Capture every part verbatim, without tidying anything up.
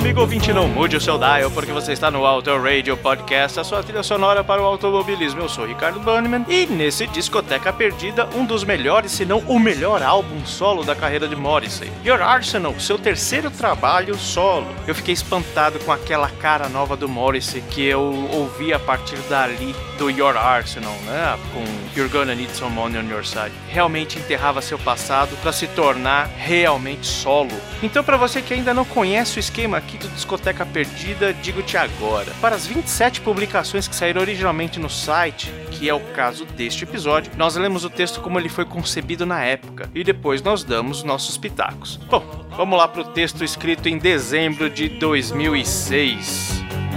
amigo ouvinte, não mude o seu dial, porque você está no Auto Radio Podcast, a sua trilha sonora para o automobilismo. Eu sou Ricardo Banniman e nesse Discoteca Perdida, um dos melhores, se não o melhor álbum solo da carreira de Morrissey. Your Arsenal, seu terceiro trabalho solo. Eu fiquei espantado com aquela cara nova do Morrissey que eu ouvi a partir dali do Your Arsenal, né? Com You're Gonna Need Someone on Your Side. Realmente enterrava seu passado para se tornar realmente solo. Então, para você que ainda não conhece o esquema aqui do Discoteca Perdida, digo-te agora. Para as vinte e sete publicações que saíram originalmente no site, que é o caso deste episódio, nós lemos o texto como ele foi concebido na época e depois nós damos nossos pitacos. Bom, vamos lá para o texto escrito em dezembro de dois mil e seis.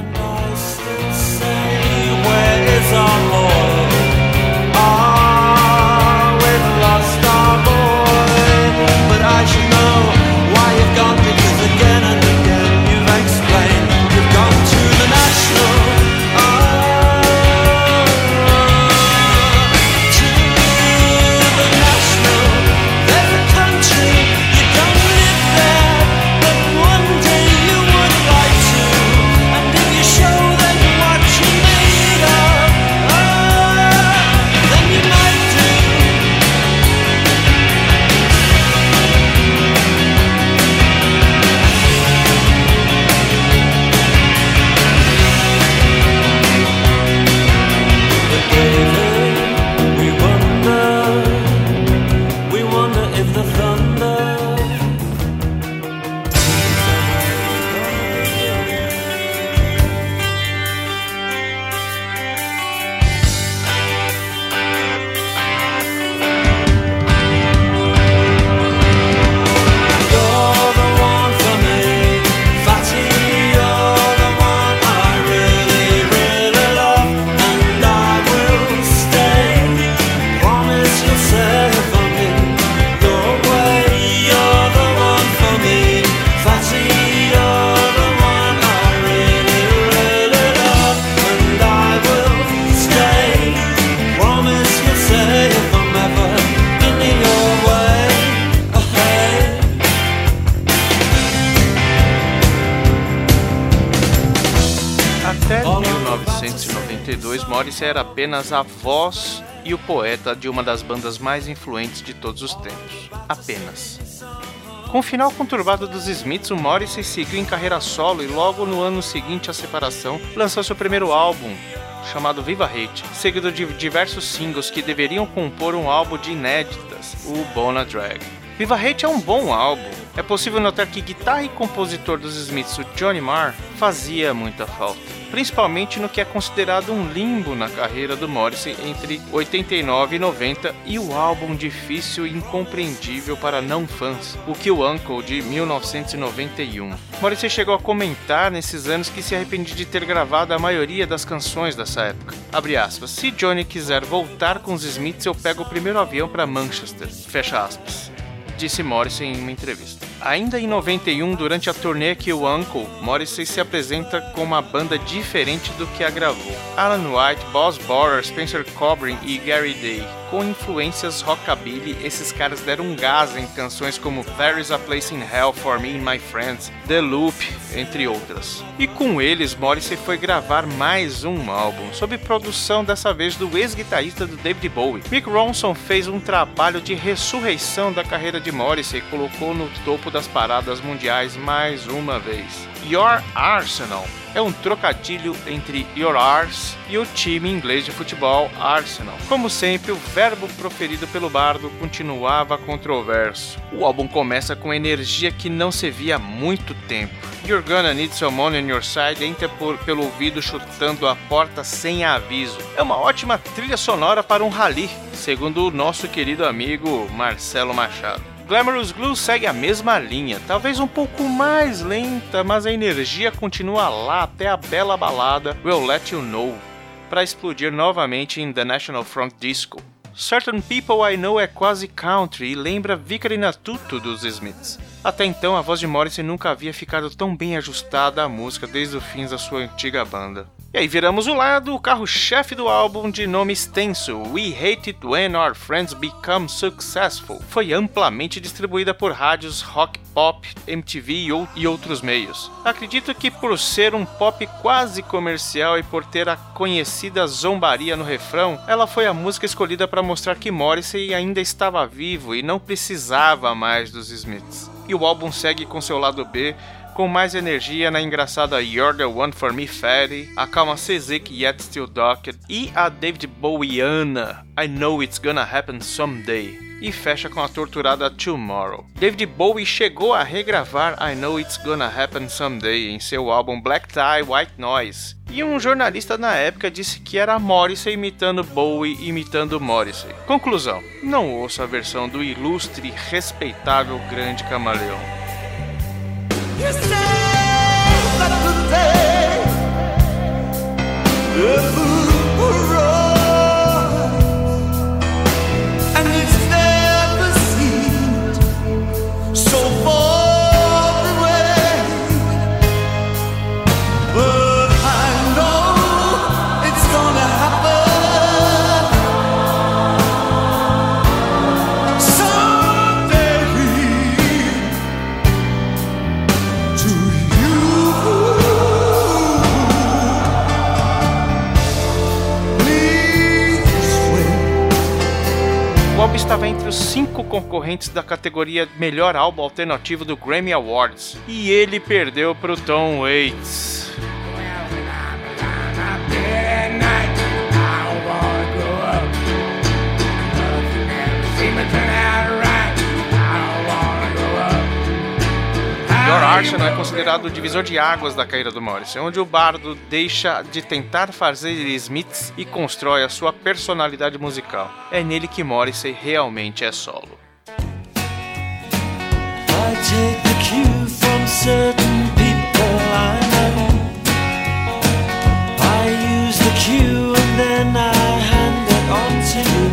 Morrissey era apenas a voz e o poeta de uma das bandas mais influentes de todos os tempos. Apenas. Com o final conturbado dos Smiths, o Morrissey seguiu em carreira solo e logo no ano seguinte à separação, lançou seu primeiro álbum, chamado Viva Hate, seguido de diversos singles que deveriam compor um álbum de inéditas, o Bona Drag. Viva Hate é um bom álbum. É possível notar que guitarra e compositor dos Smiths, o Johnny Marr, fazia muita falta, principalmente no que é considerado um limbo na carreira do Morrissey entre oitenta e nove e noventa e o álbum difícil e incompreendível para não fãs, o Kill Uncle de mil novecentos e noventa e um. Morrissey chegou a comentar nesses anos que se arrependia de ter gravado a maioria das canções dessa época. Abre aspas, se Johnny quiser voltar com os Smiths, eu pego o primeiro avião para Manchester, fecha aspas, disse Morrissey em uma entrevista. Ainda em noventa e um, durante a turnê Kill Uncle, Morrissey se apresenta com uma banda diferente do que a gravou. Alan White, Boz Borer, Spencer Corbin e Gary Day. Com influências rockabilly, esses caras deram um gás em canções como There is a Place in Hell for Me and My Friends, The Loop, entre outras. E com eles, Morrissey foi gravar mais um álbum, sob produção dessa vez do ex-guitarrista do David Bowie. Mick Ronson fez um trabalho de ressurreição da carreira de Morrissey e colocou no topo das paradas mundiais mais uma vez. Your Arsenal é um trocadilho entre Your Ars e o time inglês de futebol Arsenal. Como sempre, o verbo proferido pelo bardo continuava controverso. O álbum começa com energia que não se via há muito tempo. You're Gonna Need Someone on Your Side entra por, pelo ouvido chutando a porta sem aviso. É uma ótima trilha sonora para um rally, segundo o nosso querido amigo Marcelo Machado. Glamorous Glue segue a mesma linha, talvez um pouco mais lenta, mas a energia continua lá até a bela balada We'll Let You Know, para explodir novamente em The National Front Disco. Certain People I Know é quase country e lembra Vickery Natutu dos Smiths. Até então, a voz de Morrissey nunca havia ficado tão bem ajustada à música desde os fins da sua antiga banda. E aí viramos o lado, o carro-chefe do álbum de nome extenso, We Hate It When Our Friends Become Successful, foi amplamente distribuída por rádios rock, pop, M T V e outros meios. Acredito que por ser um pop quase comercial e por ter a conhecida zombaria no refrão, ela foi a música escolhida para mostrar que Morrissey ainda estava vivo e não precisava mais dos Smiths. E o álbum segue com seu lado B, com mais energia na engraçada You're the One for Me Fatty, a calma Seasick Yet Still Docked e a David Bowiana I Know It's Gonna Happen Someday, e fecha com a torturada Tomorrow. David Bowie chegou a regravar I Know It's Gonna Happen Someday em seu álbum Black Tie, White Noise, e um jornalista na época disse que era Morrissey imitando Bowie imitando Morrissey. Conclusão, não ouça a versão do ilustre e respeitável grande camaleão. You say that the day the moon will rise, and it's never seemed so far away. But I know it's gonna happen someday. O álbum estava entre os cinco concorrentes da categoria Melhor Álbum Alternativo do Grammy Awards, e ele perdeu para o Tom Waits. Your Arsenal é considerado o divisor de águas da carreira do Morrissey, onde o bardo deixa de tentar fazer Smiths e constrói a sua personalidade musical. É nele que Morrissey realmente é solo. I take the cue from certain people I know. I use the cue and then I hand it on to you.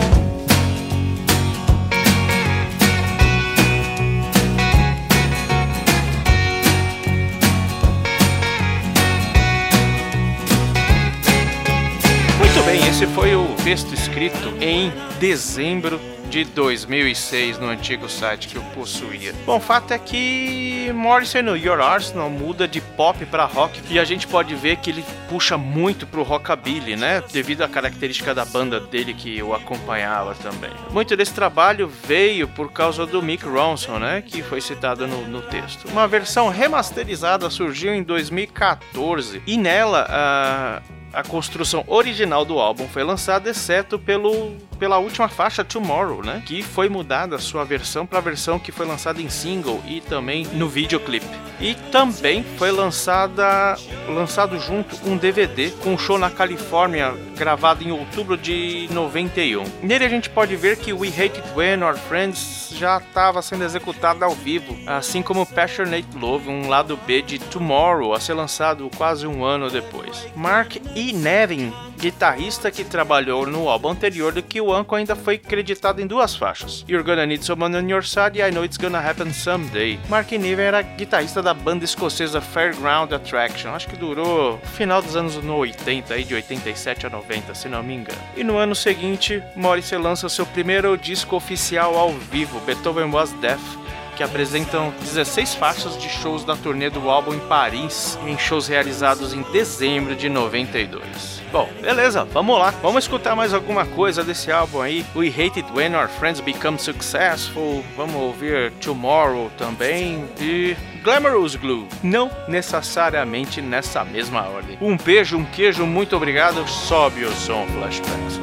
Muito bem, esse foi o texto escrito em dezembro de dois mil e seis no antigo site que eu possuía. Bom, o fato é que Morrissey no Your Arsenal muda de pop para rock, e a gente pode ver que ele puxa muito pro rockabilly, né? Devido à característica da banda dele que o acompanhava também. Muito desse trabalho veio por causa do Mick Ronson, né? Que foi citado no, no texto. Uma versão remasterizada surgiu em dois mil e quatorze e nela a A construção original do álbum foi lançada, exceto pelo, pela última faixa, Tomorrow, né? Que foi mudada a sua versão para a versão que foi lançada em single e também no videoclipe. E também foi lançada, lançado junto um D V D com um show na Califórnia, gravado em outubro de noventa e um. Nele a gente pode ver que We Hate It When Our Friends já estava sendo executado ao vivo, assim como Passionate Love, um lado B de Tomorrow, a ser lançado quase um ano depois. Mark E. Nevin, guitarrista que trabalhou no álbum anterior do Kill Uncle, ainda foi creditado em duas faixas, You're Gonna Need Someone on Your Side e I Know It's Gonna Happen Someday. Mark Nevin era guitarrista da banda escocesa Fairground Attraction, acho que durou no final dos anos oitenta, aí de oitenta e sete a noventa, se não me engano. E no ano seguinte, Morrissey lança seu primeiro disco oficial ao vivo, Beethoven Was Deaf, que apresentam dezesseis faixas de shows da turnê do álbum em Paris, em shows realizados em dezembro de noventa e dois. Bom, beleza, vamos lá, vamos escutar mais alguma coisa desse álbum aí. We Hate It When Our Friends Become Successful, vamos ouvir Tomorrow também e Glamorous Glue, não necessariamente nessa mesma ordem. Um beijo, um queijo, muito obrigado, sobe o som, Flashbacks.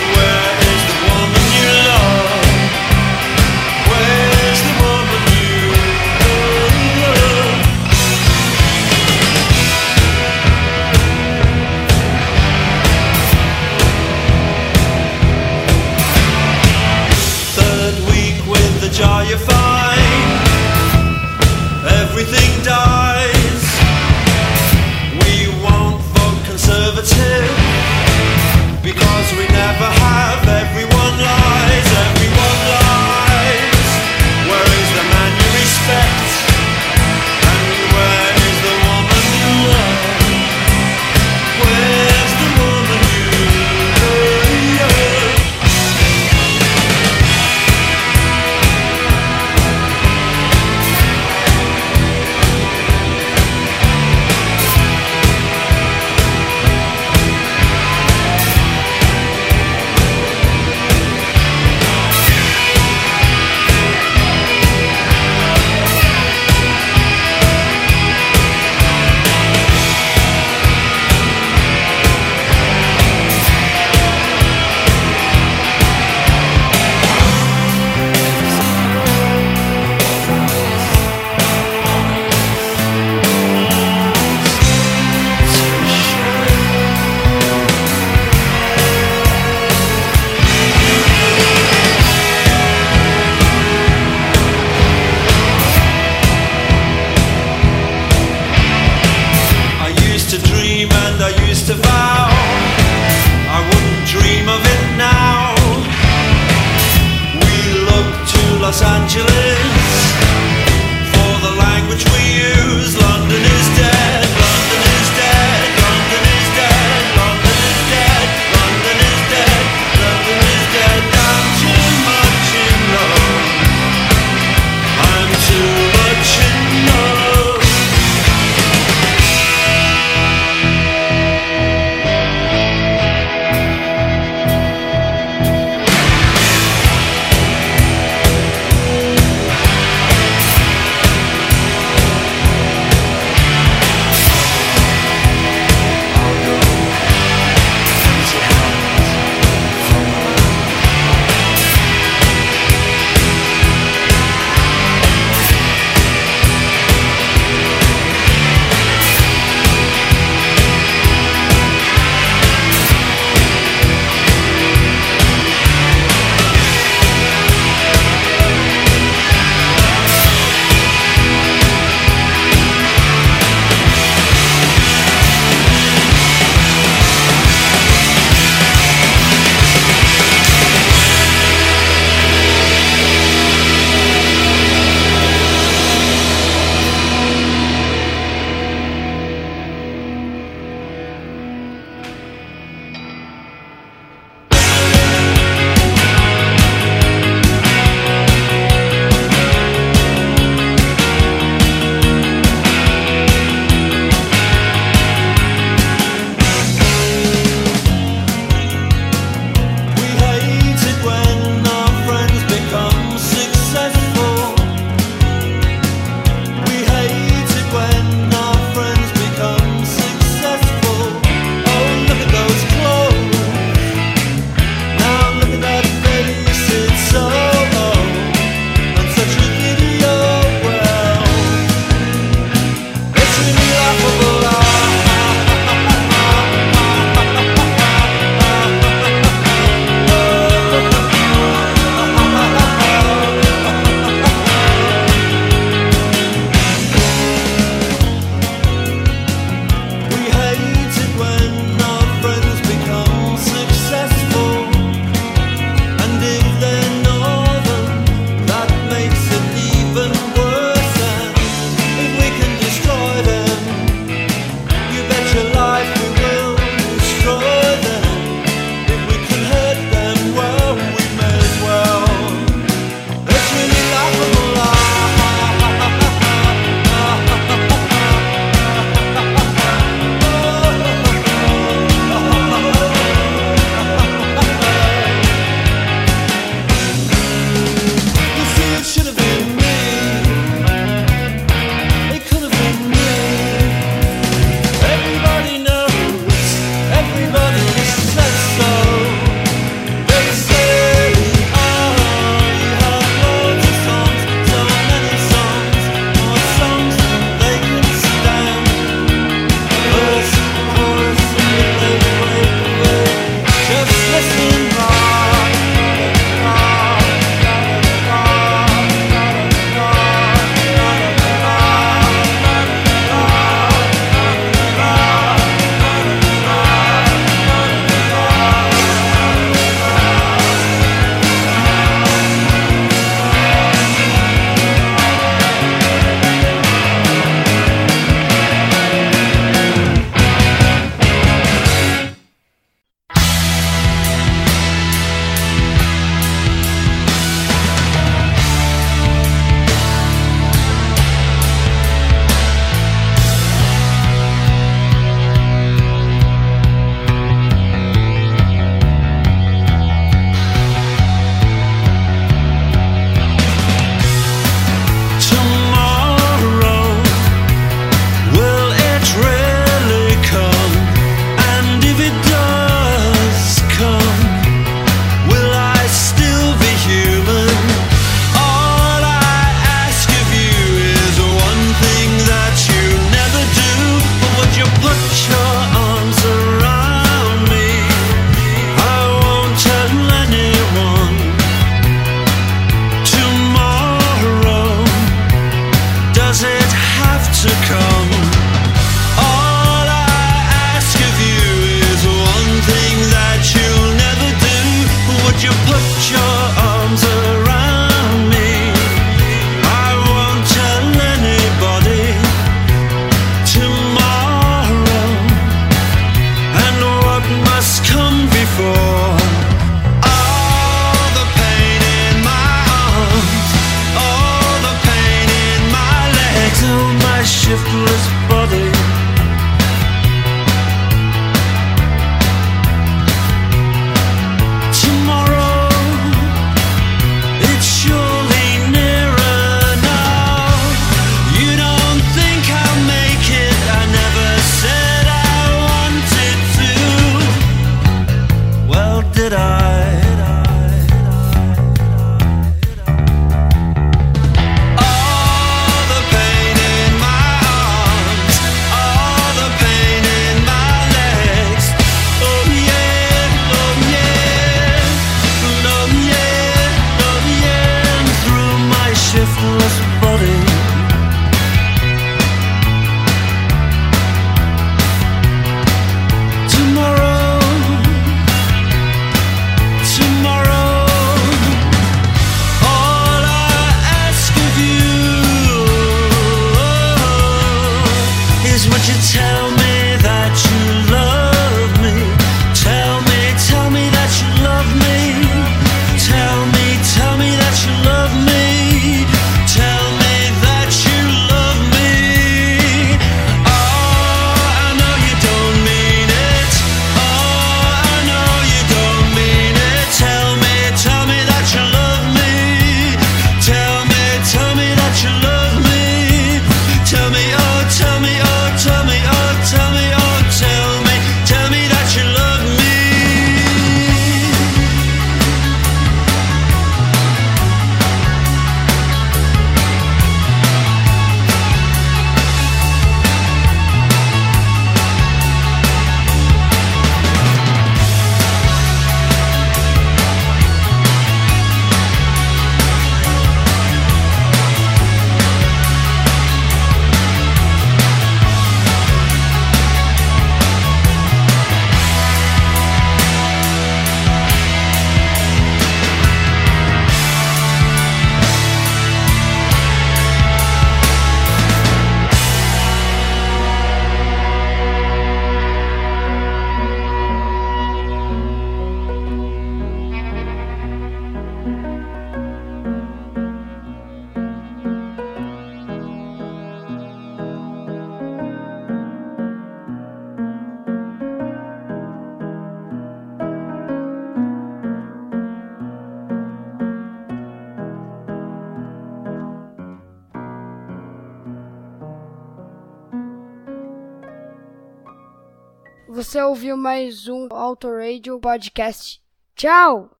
Você ouviu mais um Autoradio Podcast. Tchau!